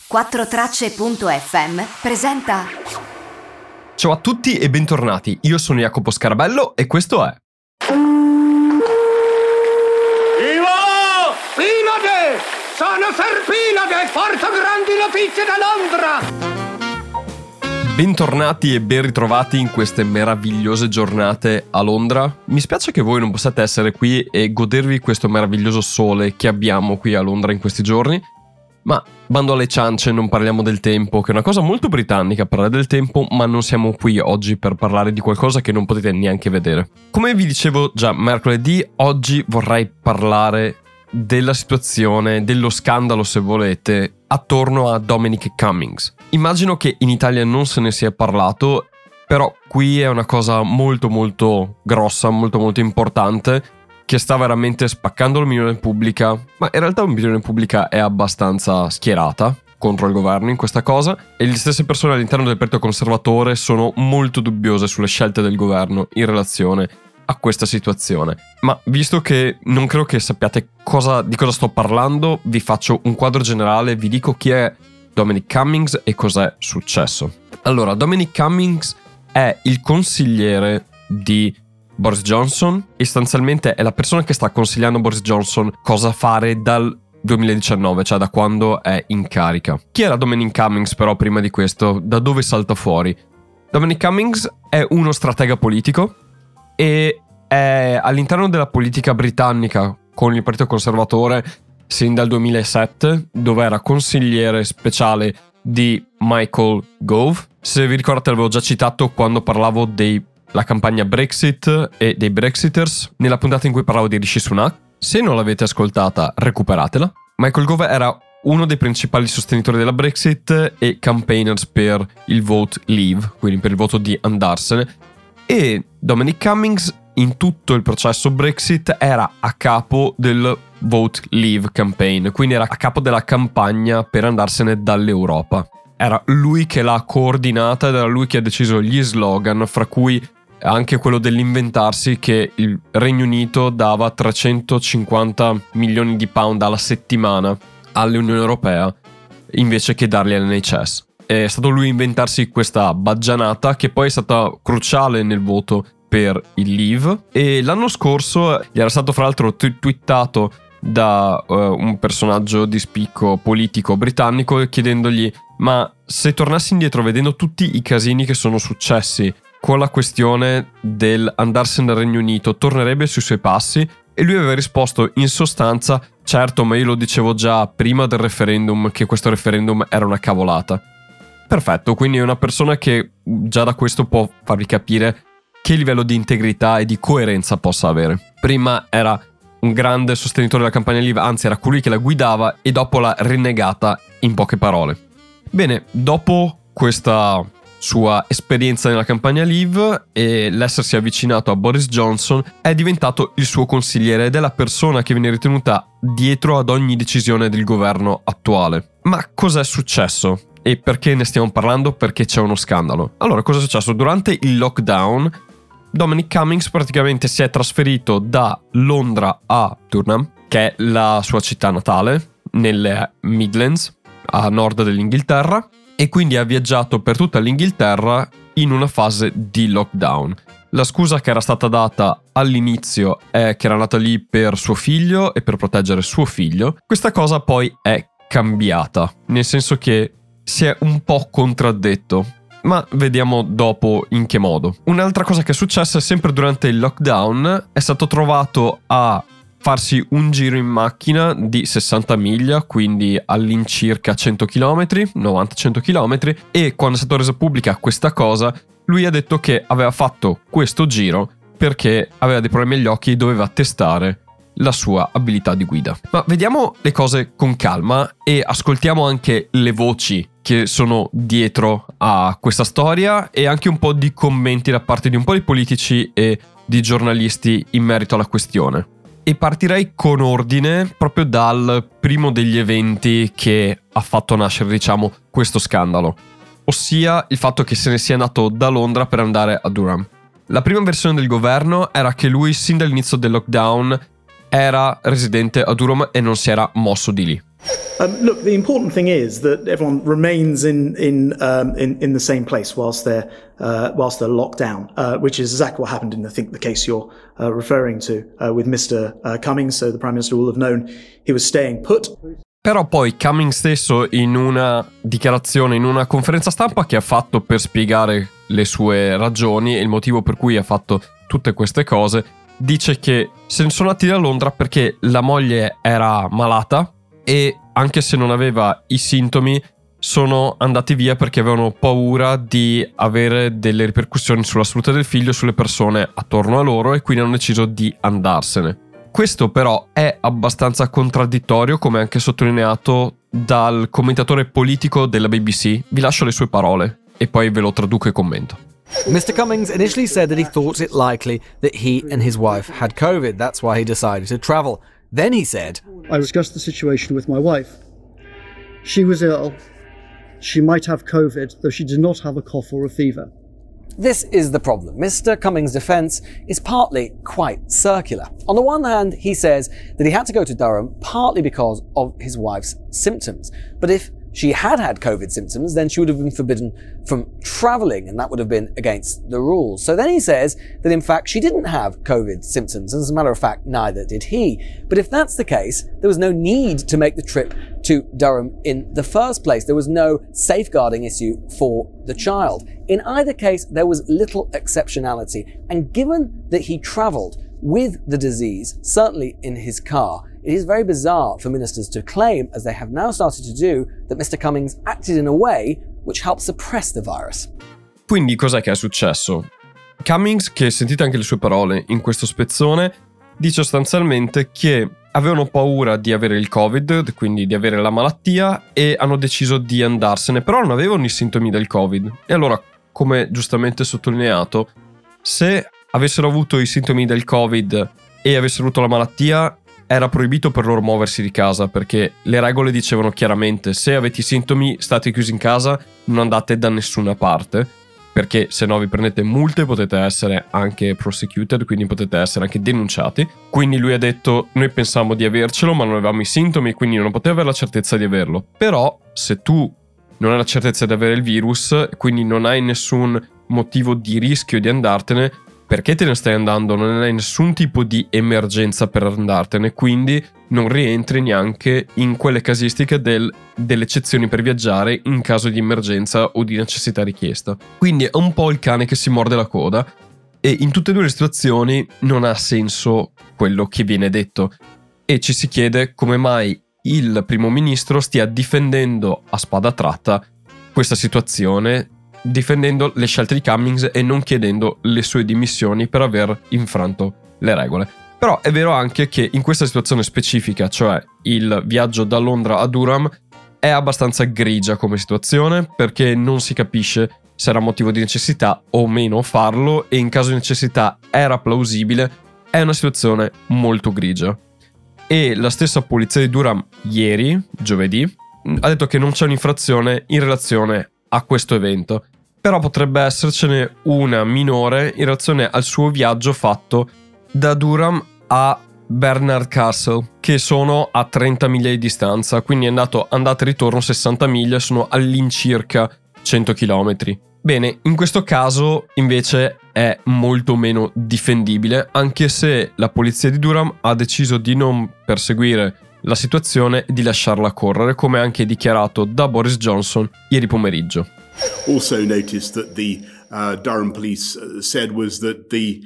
4Tracce.fm presenta. Ciao a tutti e bentornati, io sono Jacopo Scarabello e questo è Pinade! Sono Serpinade e porto grandi notizie da Londra! bentornati e ben ritrovati in queste meravigliose giornate a Londra. Mi spiace che voi non possiate essere qui e godervi questo meraviglioso sole che abbiamo qui a Londra in questi giorni, ma bando alle ciance, non parliamo del tempo, che è una cosa molto britannica parlare del tempo, ma non siamo qui oggi per parlare di qualcosa che non potete neanche vedere. Come vi dicevo già mercoledì, oggi vorrei parlare della situazione, dello scandalo se volete, attorno a Dominic Cummings. Immagino che in Italia non se ne sia parlato, però qui è una cosa molto molto grossa, molto molto importante, che sta veramente spaccando l'opinione pubblica, ma in realtà l'opinione pubblica è abbastanza schierata contro il governo in questa cosa, e le stesse persone all'interno del Partito Conservatore sono molto dubbiose sulle scelte del governo in relazione a questa situazione. Ma visto che non credo che sappiate di cosa sto parlando, vi faccio un quadro generale, vi dico chi è Dominic Cummings e cos'è successo. Allora, Dominic Cummings è il consigliere di Boris Johnson, istanzialmente è la persona che sta consigliando a Boris Johnson cosa fare dal 2019, cioè da quando è in carica. Chi era Dominic Cummings però prima di questo? Da dove salta fuori? Dominic Cummings è uno stratega politico e è all'interno della politica britannica con il Partito Conservatore sin dal 2007, dove era consigliere speciale di Michael Gove. Se vi ricordate l'avevo già citato quando parlavo della campagna Brexit e dei Brexiters, nella puntata in cui parlavo di Rishi Sunak. Se non l'avete ascoltata, recuperatela. Michael Gove era uno dei principali sostenitori della Brexit e campaigners per il vote leave, quindi per il voto di andarsene. E Dominic Cummings in tutto il processo Brexit era a capo del vote leave campaign, quindi era a capo della campagna per andarsene dall'Europa. Era lui che l'ha coordinata ed era lui che ha deciso gli slogan, fra cui anche quello dell'inventarsi che il Regno Unito dava 350 milioni di pound alla settimana all'Unione Europea invece che darli all'NHS. È stato lui a inventarsi questa baggianata che poi è stata cruciale nel voto per il leave, e l'anno scorso gli era stato fra l'altro twittato da un personaggio di spicco politico britannico chiedendogli: ma se tornassi indietro vedendo tutti i casini che sono successi con la questione del andarsene dal Regno Unito, tornerebbe sui suoi passi? E lui aveva risposto in sostanza: certo, ma io lo dicevo già prima del referendum che questo referendum era una cavolata. Perfetto, quindi è una persona che già da questo può farvi capire che livello di integrità e di coerenza possa avere. Prima era un grande sostenitore della campagna Leave, anzi era colui che la guidava, e dopo l'ha rinnegata in poche parole. Bene, dopo questa sua esperienza nella campagna Leave e l'essersi avvicinato a Boris Johnson, è diventato il suo consigliere ed è la persona che viene ritenuta dietro ad ogni decisione del governo attuale. Ma cos'è successo? E perché ne stiamo parlando? Perché c'è uno scandalo. Allora, cosa è successo? Durante il lockdown, Dominic Cummings praticamente si è trasferito da Londra a Durham, che è la sua città natale, nelle Midlands, a nord dell'Inghilterra, e quindi ha viaggiato per tutta l'Inghilterra in una fase di lockdown. La scusa che era stata data all'inizio è che era andata lì per suo figlio e per proteggere suo figlio. Questa cosa poi è cambiata, nel senso che si è un po' contraddetto, ma vediamo dopo in che modo. Un'altra cosa che è successa è sempre durante il lockdown: è stato trovato a farsi un giro in macchina di 60 miglia, quindi all'incirca 100 km, 90-100 km, e quando è stata resa pubblica questa cosa, lui ha detto che aveva fatto questo giro perché aveva dei problemi agli occhi e doveva testare la sua abilità di guida. Ma vediamo le cose con calma e ascoltiamo anche le voci che sono dietro a questa storia e anche un po' di commenti da parte di un po' di politici e di giornalisti in merito alla questione. E partirei con ordine proprio dal primo degli eventi che ha fatto nascere, diciamo, questo scandalo, ossia il fatto che se ne sia andato da Londra per andare a Durham. La prima versione del governo era che lui sin dall'inizio del lockdown era residente a Durham e non si era mosso di lì. Look, the important thing is that everyone remains in the same place whilst they're locked down, which is exactly what happened in the case you're referring to with Mr. Cummings. So the Prime Minister will have known he was staying put. Però poi Cummings stesso, in una dichiarazione, in una conferenza stampa che ha fatto per spiegare le sue ragioni e il motivo per cui ha fatto tutte queste cose, dice che se ne sono andati da Londra perché la moglie era malata e anche se non aveva i sintomi sono andati via perché avevano paura di avere delle ripercussioni sulla salute del figlio e sulle persone attorno a loro e quindi hanno deciso di andarsene. Questo però è abbastanza contraddittorio, come anche sottolineato dal commentatore politico della BBC. Vi lascio le sue parole e poi ve lo traduco e commento. Mr. Cummings initially said that he thought it likely that he and his wife had COVID. That's why he decided to travel. Then he said, I discussed the situation with my wife. She was ill. She might have COVID, though she did not have a cough or a fever. This is the problem. Mr. Cummings' defence is partly quite circular. On the one hand, he says that he had to go to Durham partly because of his wife's symptoms. But if she had COVID symptoms, then she would have been forbidden from travelling, and that would have been against the rules. So then he says that in fact she didn't have COVID symptoms, and as a matter of fact, neither did he. But if that's the case, there was no need to make the trip to Durham in the first place. There was no safeguarding issue for the child. In either case, there was little exceptionality, and given that he travelled with the disease, certainly in his car, it is very bizarre for ministers to claim, as they have now started to do, that Mr. Cummings acted in a way which helped suppress the virus. Quindi cos'è che è successo? Cummings, che sentite anche le sue parole in questo spezzone, dice sostanzialmente che avevano paura di avere il Covid, quindi di avere la malattia, e hanno deciso di andarsene, però non avevano i sintomi del Covid. E allora, come giustamente sottolineato, se avessero avuto i sintomi del Covid e avessero avuto la malattia, era proibito per loro muoversi di casa, perché le regole dicevano chiaramente: se avete i sintomi state chiusi in casa, non andate da nessuna parte, perché se no vi prendete multe, potete essere anche prosecuted, quindi potete essere anche denunciati. Quindi lui ha detto: noi pensavamo di avercelo, ma non avevamo i sintomi, quindi non potevo avere la certezza di averlo. Però se tu non hai la certezza di avere il virus, quindi non hai nessun motivo di rischio di andartene, perché te ne stai andando? Non hai nessun tipo di emergenza per andartene, quindi non rientri neanche in quelle casistiche delle eccezioni per viaggiare in caso di emergenza o di necessità richiesta. Quindi è un po' il cane che si morde la coda, e in tutte e due le situazioni non ha senso quello che viene detto, e ci si chiede come mai il primo ministro stia difendendo a spada tratta questa situazione, difendendo le scelte di Cummings e non chiedendo le sue dimissioni per aver infranto le regole. Però è vero anche che in questa situazione specifica, cioè il viaggio da Londra a Durham, è abbastanza grigia come situazione, perché non si capisce se era motivo di necessità o meno farlo, e in caso di necessità era plausibile. È una situazione molto grigia. E la stessa polizia di Durham ieri, giovedì, ha detto che non c'è un'infrazione in relazione a questo evento, però potrebbe essercene una minore in relazione al suo viaggio fatto da Durham a Barnard Castle, che sono a 30 miglia di distanza, quindi è andato andata e ritorno 60 miglia, sono all'incirca 100 km. Bene, in questo caso invece è molto meno difendibile, anche se la polizia di Durham ha deciso di non perseguire la situazione e di lasciarla correre, come anche dichiarato da Boris Johnson ieri pomeriggio. Also noticed that the Durham police said was that they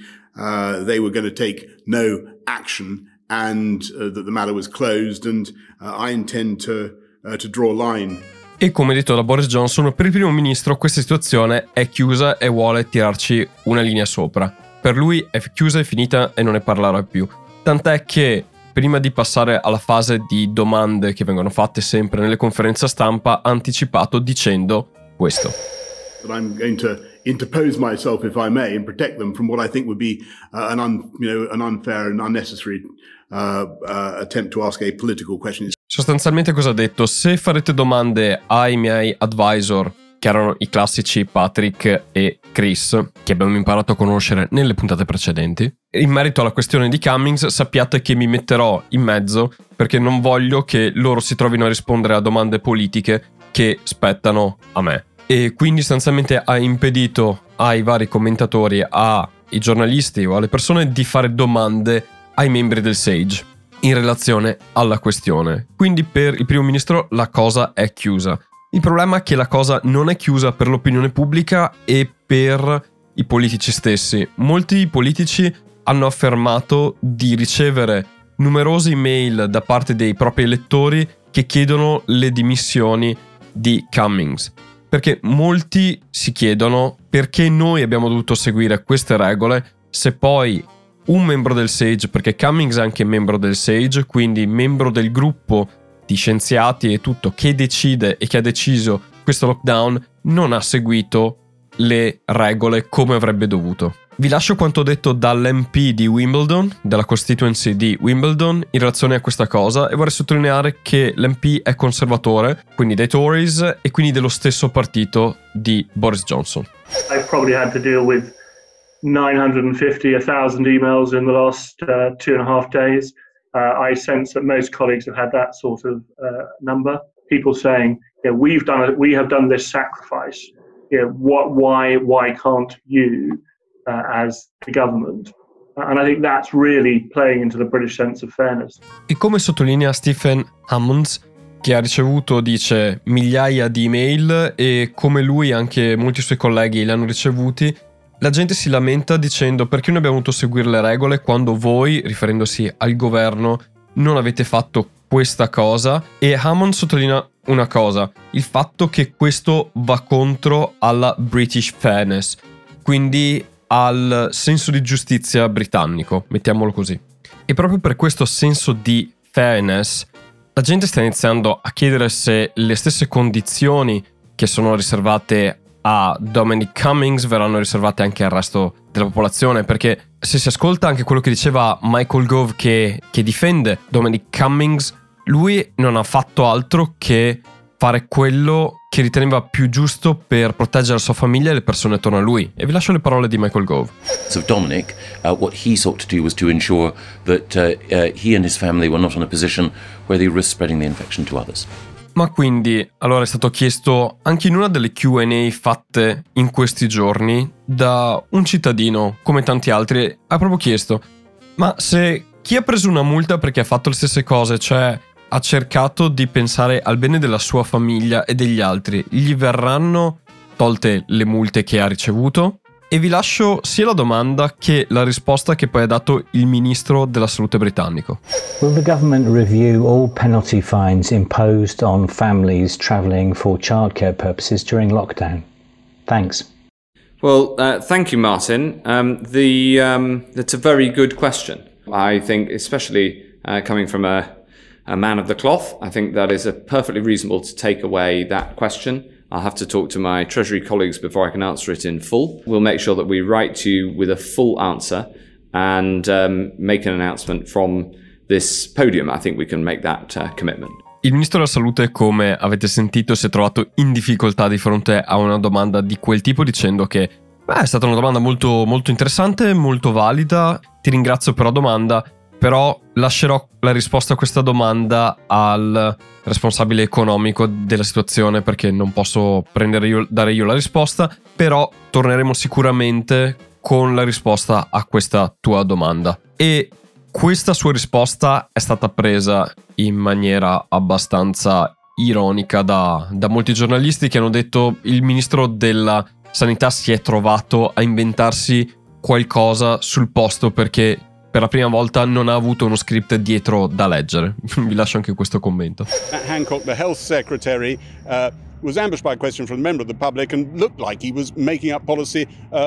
were going to take no action and that the matter was closed, and I intend to draw a line. E come detto da Boris Johnson, per il primo ministro questa situazione è chiusa e vuole tirarci una linea sopra. Per lui è chiusa, è finita e non ne parlerà più. Tant'è che prima di passare alla fase di domande che vengono fatte sempre nelle conferenze stampa, ha anticipato dicendo questo. But I'm going to interpose myself, if I may, and protect them from what I think would be an unfair and unnecessary attempt to ask a political question. Sostanzialmente cosa ha detto? Se farete domande ai miei advisor che erano i classici Patrick e Chris, che abbiamo imparato a conoscere nelle puntate precedenti. In merito alla questione di Cummings, sappiate che mi metterò in mezzo perché non voglio che loro si trovino a rispondere a domande politiche che spettano a me. E quindi sostanzialmente ha impedito ai vari commentatori, ai giornalisti o alle persone di fare domande ai membri del SAGE in relazione alla questione. Quindi per il primo ministro la cosa è chiusa. Il problema è che la cosa non è chiusa per l'opinione pubblica e per i politici stessi. Molti politici hanno affermato di ricevere numerose email da parte dei propri elettori che chiedono le dimissioni di Cummings. Perché molti si chiedono perché noi abbiamo dovuto seguire queste regole se poi un membro del SAGE, perché Cummings è anche membro del SAGE, quindi membro del gruppo di scienziati e tutto che decide e che ha deciso questo lockdown, non ha seguito le regole come avrebbe dovuto. Vi lascio quanto detto dall'MP di Wimbledon, della constituency di Wimbledon, in relazione a questa cosa, e vorrei sottolineare che l'MP è conservatore, quindi dei Tories, e quindi dello stesso partito di Boris Johnson. I've probably had to deal with 950, 1,000 emails in the last 2.5 days. I sense that most colleagues have had that sort of number. People saying, we have done this sacrifice. Why can't you, as the government? And I think that's really playing into the British sense of fairness. E come sottolinea Stephen Hammonds, che ha ricevuto, dice, migliaia di email e come lui anche molti suoi colleghi li hanno ricevuti, la gente si lamenta dicendo perché noi abbiamo dovuto seguire le regole quando voi, riferendosi al governo, non avete fatto questa cosa. E Hammond sottolinea una cosa, il fatto che questo va contro alla British fairness, quindi al senso di giustizia britannico, mettiamolo così. E proprio per questo senso di fairness la gente sta iniziando a chiedere se le stesse condizioni che sono riservate a Dominic Cummings verranno riservate anche al resto della popolazione, perché se si ascolta anche quello che diceva Michael Gove che difende Dominic Cummings, lui non ha fatto altro che fare quello che riteneva più giusto per proteggere la sua famiglia e le persone attorno a lui. E vi lascio le parole di Michael Gove. So Dominic, what he sought to do was to ensure that he and his family were not in a position where they risked spreading the infection to others. Ma quindi, allora è stato chiesto anche in una delle Q&A fatte in questi giorni da un cittadino, come tanti altri, ha proprio chiesto: ma se chi ha preso una multa perché ha fatto le stesse cose, cioè ha cercato di pensare al bene della sua famiglia e degli altri, gli verranno tolte le multe che ha ricevuto? E vi lascio sia la domanda che la risposta che poi ha dato il ministro della salute britannico. Will the government review all penalty fines imposed on families travelling for childcare purposes during lockdown? Thanks. Well, thank you, Martin. That's a very good question. I think, especially coming from a man of the cloth, I think that is perfectly reasonable to take away that question. I'll have to talk to my Treasury colleagues before I can answer it in full. We'll make sure that we write to you with a full answer and make an announcement from this podium. I think we can make that commitment. Il ministro della salute, come avete sentito, si è trovato in difficoltà di fronte a una domanda di quel tipo, dicendo che è stata una domanda molto, molto interessante, molto valida. Ti ringrazio per la domanda, però lascerò la risposta a questa domanda al responsabile economico della situazione, perché non posso dare io la risposta, però torneremo sicuramente con la risposta a questa tua domanda. E questa sua risposta è stata presa in maniera abbastanza ironica da molti giornalisti che hanno detto il ministro della sanità si è trovato a inventarsi qualcosa sul posto perché per la prima volta non ha avuto uno script dietro da leggere. Vi lascio anche questo commento. Matt Hancock, the health secretary, was ambushed by a question from a member of the public and looked like he was making up policy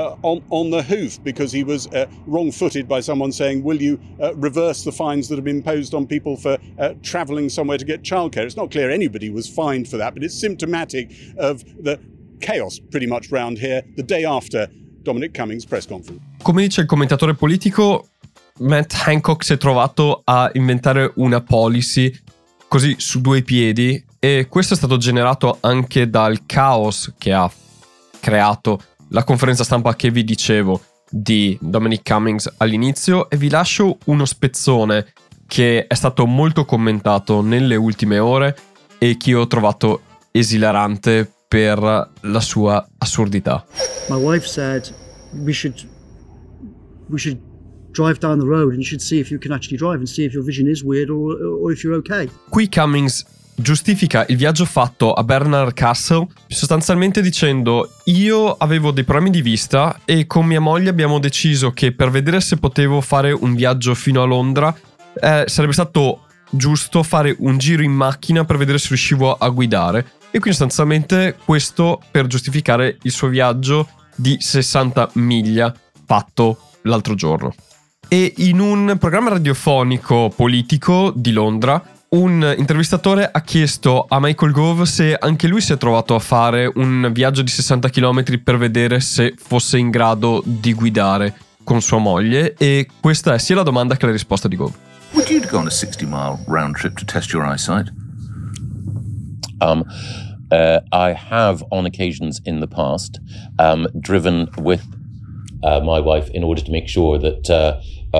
on the hoof because he was wrong-footed by someone saying, will you reverse the fines that have been imposed on people for travelling somewhere to get childcare? It's not clear anybody was fined for that, but it's symptomatic of the chaos pretty much round here the day after Dominic Cummings' press conference. Come dice il commentatore politico, Matt Hancock si è trovato a inventare una policy così su due piedi e questo è stato generato anche dal caos che ha creato la conferenza stampa che vi dicevo di Dominic Cummings all'inizio, e vi lascio uno spezzone che è stato molto commentato nelle ultime ore e che io ho trovato esilarante per la sua assurdità. My wife said we should drive down the road and you should see if you can actually drive and see if your vision is weird or if you're okay. Qui Cummings giustifica il viaggio fatto a Bernard Castle sostanzialmente dicendo: io avevo dei problemi di vista e con mia moglie abbiamo deciso che per vedere se potevo fare un viaggio fino a Londra sarebbe stato giusto fare un giro in macchina per vedere se riuscivo a guidare, e quindi sostanzialmente questo per giustificare il suo viaggio di 60 miglia fatto l'altro giorno. E in un programma radiofonico politico di Londra un intervistatore ha chiesto a Michael Gove se anche lui si è trovato a fare un viaggio di 60 km per vedere se fosse in grado di guidare con sua moglie, e questa è sia la domanda che la risposta di Gove. Would you go on a 60-mile round trip to test your eyesight? I have on occasions in the past driven with my wife in order to make sure that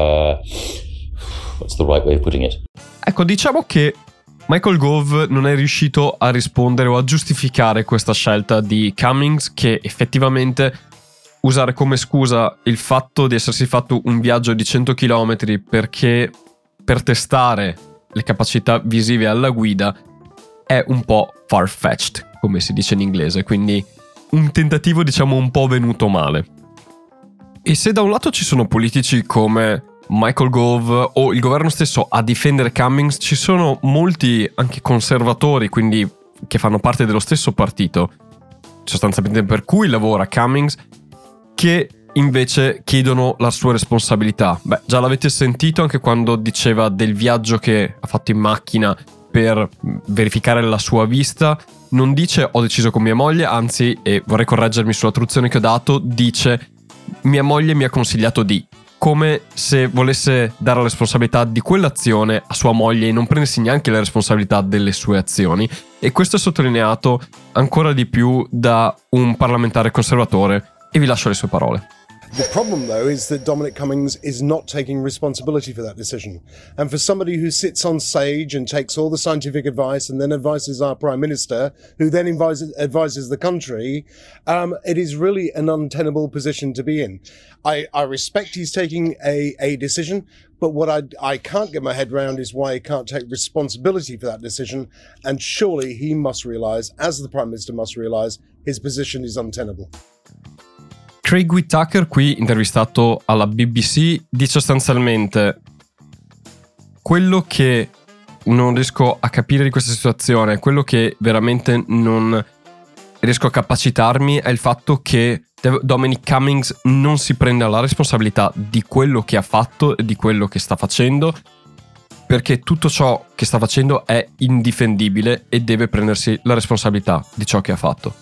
what's the right way of putting it? Ecco, diciamo che Michael Gove non è riuscito a rispondere o a giustificare questa scelta di Cummings, che effettivamente usare come scusa il fatto di essersi fatto un viaggio di 100 km perché per testare le capacità visive alla guida è un po' far-fetched, come si dice in inglese, quindi un tentativo diciamo un po' venuto male. E se da un lato ci sono politici come Michael Gove o il governo stesso a difendere Cummings, ci sono molti anche conservatori, quindi che fanno parte dello stesso partito, sostanzialmente per cui lavora Cummings, che invece chiedono la sua responsabilità. Beh, già l'avete sentito anche quando diceva del viaggio che ha fatto in macchina per verificare la sua vista. Non dice ho deciso con mia moglie, anzi, e vorrei correggermi sulla traduzione che ho dato, dice mia moglie mi ha consigliato di, come se volesse dare la responsabilità di quell'azione a sua moglie e non prendersi neanche la responsabilità delle sue azioni. E questo è sottolineato ancora di più da un parlamentare conservatore, e vi lascio le sue parole. The problem, though, is that Dominic Cummings is not taking responsibility for that decision. And for somebody who sits on stage and takes all the scientific advice and then advises our Prime Minister, who then advises the country, it is really an untenable position to be in. I respect he's taking a decision, but what I can't get my head around is why he can't take responsibility for that decision. And surely he must realise, as the Prime Minister must realise, his position is untenable. Craig Whitaker, qui intervistato alla BBC, dice sostanzialmente: quello che non riesco a capire di questa situazione, quello che veramente non riesco a capacitarmi è il fatto che Dominic Cummings non si prenda la responsabilità di quello che ha fatto e di quello che sta facendo, perché tutto ciò che sta facendo è indifendibile e deve prendersi la responsabilità di ciò che ha fatto.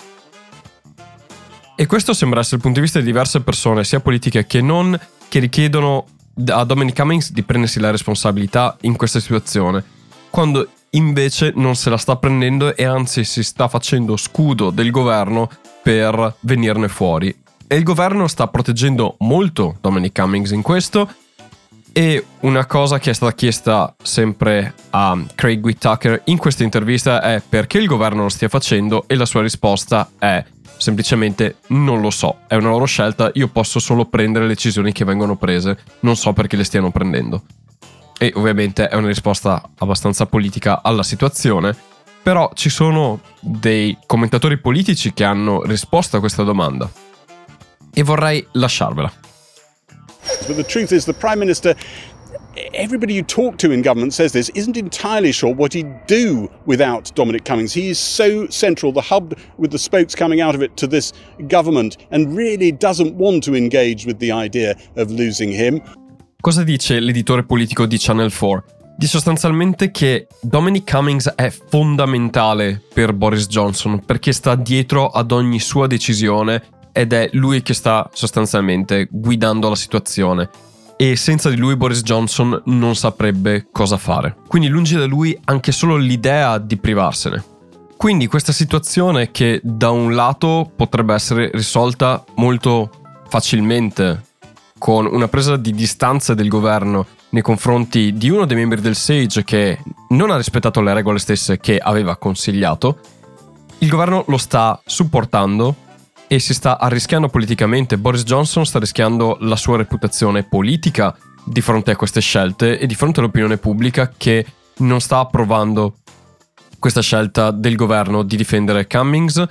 E questo sembra essere il punto di vista di diverse persone, sia politiche che non, che richiedono a Dominic Cummings di prendersi la responsabilità in questa situazione, quando invece non se la sta prendendo e anzi si sta facendo scudo del governo per venirne fuori. E il governo sta proteggendo molto Dominic Cummings in questo. E una cosa che è stata chiesta sempre a Craig Whitaker in questa intervista è perché il governo lo stia facendo, e la sua risposta è semplicemente non lo so, è una loro scelta, io posso solo prendere le decisioni che vengono prese, non so perché le stiano prendendo. E ovviamente è una risposta abbastanza politica alla situazione, però ci sono dei commentatori politici che hanno risposto a questa domanda e vorrei lasciarvela. But the truth is the Prime Minister, everybody you talk to in government says this, isn't entirely sure what he'd do without Dominic Cummings. He is so central, the hub with the spokes coming out of it to this government, and really doesn't want to engage with the idea of losing him. Cosa dice l'editore politico di Channel 4? Dice sostanzialmente che Dominic Cummings è fondamentale per Boris Johnson perché sta dietro ad ogni sua decisione ed è lui che sta sostanzialmente guidando la situazione. e senza di lui Boris Johnson non saprebbe cosa fare. Quindi lungi da lui anche solo l'idea di privarsene. Quindi questa situazione, che da un lato potrebbe essere risolta molto facilmente con una presa di distanza del governo nei confronti di uno dei membri del SAGE che non ha rispettato le regole stesse che aveva consigliato, il governo lo sta supportando e si sta arrischiando politicamente. Boris Johnson sta rischiando la sua reputazione politica di fronte a queste scelte e di fronte all'opinione pubblica che non sta approvando questa scelta del governo di difendere Cummings.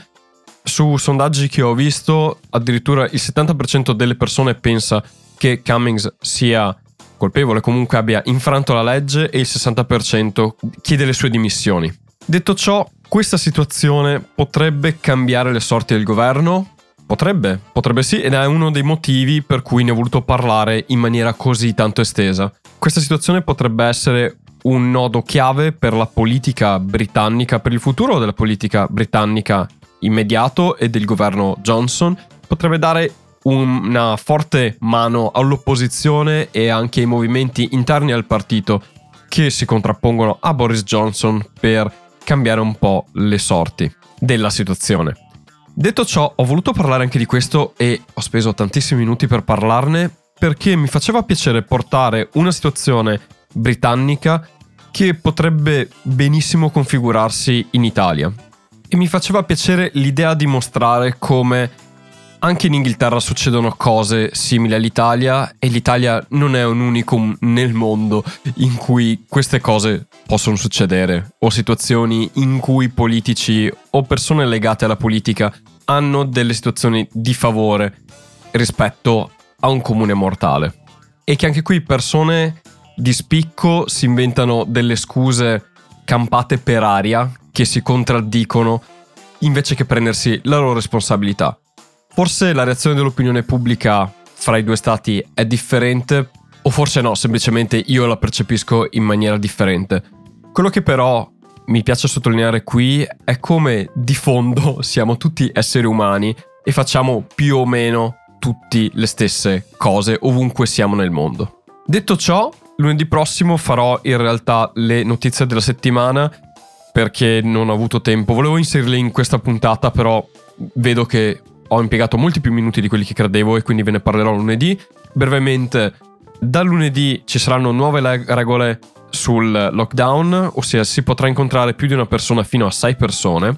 Su sondaggi che ho visto, addirittura il 70% delle persone pensa che Cummings sia colpevole, comunque abbia infranto la legge, e il 60% chiede le sue dimissioni. Detto ciò, questa situazione potrebbe cambiare le sorti del governo? Potrebbe sì, ed è uno dei motivi per cui ne ho voluto parlare in maniera così tanto estesa. Questa situazione potrebbe essere un nodo chiave per la politica britannica, per il futuro della politica britannica immediato e del governo Johnson. Potrebbe dare una forte mano all'opposizione e anche ai movimenti interni al partito che si contrappongono a Boris Johnson per cambiare un po' le sorti della situazione. Detto ciò, ho voluto parlare anche di questo e ho speso tantissimi minuti per parlarne perché mi faceva piacere portare una situazione britannica che potrebbe benissimo configurarsi in Italia. E mi faceva piacere l'idea di mostrare come anche in Inghilterra succedono cose simili all'Italia e l'Italia non è un unicum nel mondo in cui queste cose possono succedere, o situazioni in cui politici o persone legate alla politica hanno delle situazioni di favore rispetto a un comune mortale. E che anche qui persone di spicco si inventano delle scuse campate per aria che si contraddicono invece che prendersi la loro responsabilità. Forse la reazione dell'opinione pubblica fra i due stati è differente, o forse no, semplicemente io la percepisco in maniera differente. Quello che però mi piace sottolineare qui è come di fondo siamo tutti esseri umani e facciamo più o meno tutti le stesse cose ovunque siamo nel mondo. Detto ciò, lunedì prossimo farò in realtà le notizie della settimana perché non ho avuto tempo. Volevo inserirle in questa puntata, però vedo che ho impiegato molti più minuti di quelli che credevo e quindi ve ne parlerò lunedì. Brevemente, da lunedì ci saranno nuove regole sul lockdown, ossia si potrà incontrare più di una persona fino a 6 persone.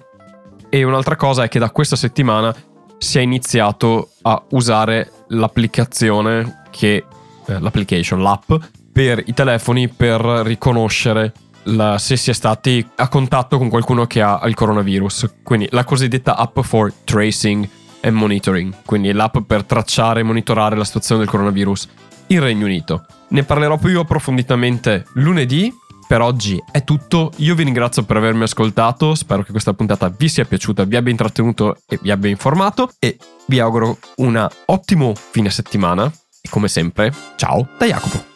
E un'altra cosa è che da questa settimana si è iniziato a usare l'applicazione l'app per i telefoni per riconoscere se si è stati a contatto con qualcuno che ha il coronavirus. Quindi la cosiddetta app for tracing and monitoring, quindi l'app per tracciare e monitorare la situazione del coronavirus in Regno Unito. Ne parlerò più approfonditamente lunedì. Per oggi è tutto, io vi ringrazio per avermi ascoltato, spero che questa puntata vi sia piaciuta, vi abbia intrattenuto e vi abbia informato e vi auguro un ottimo fine settimana e come sempre, ciao da Jacopo.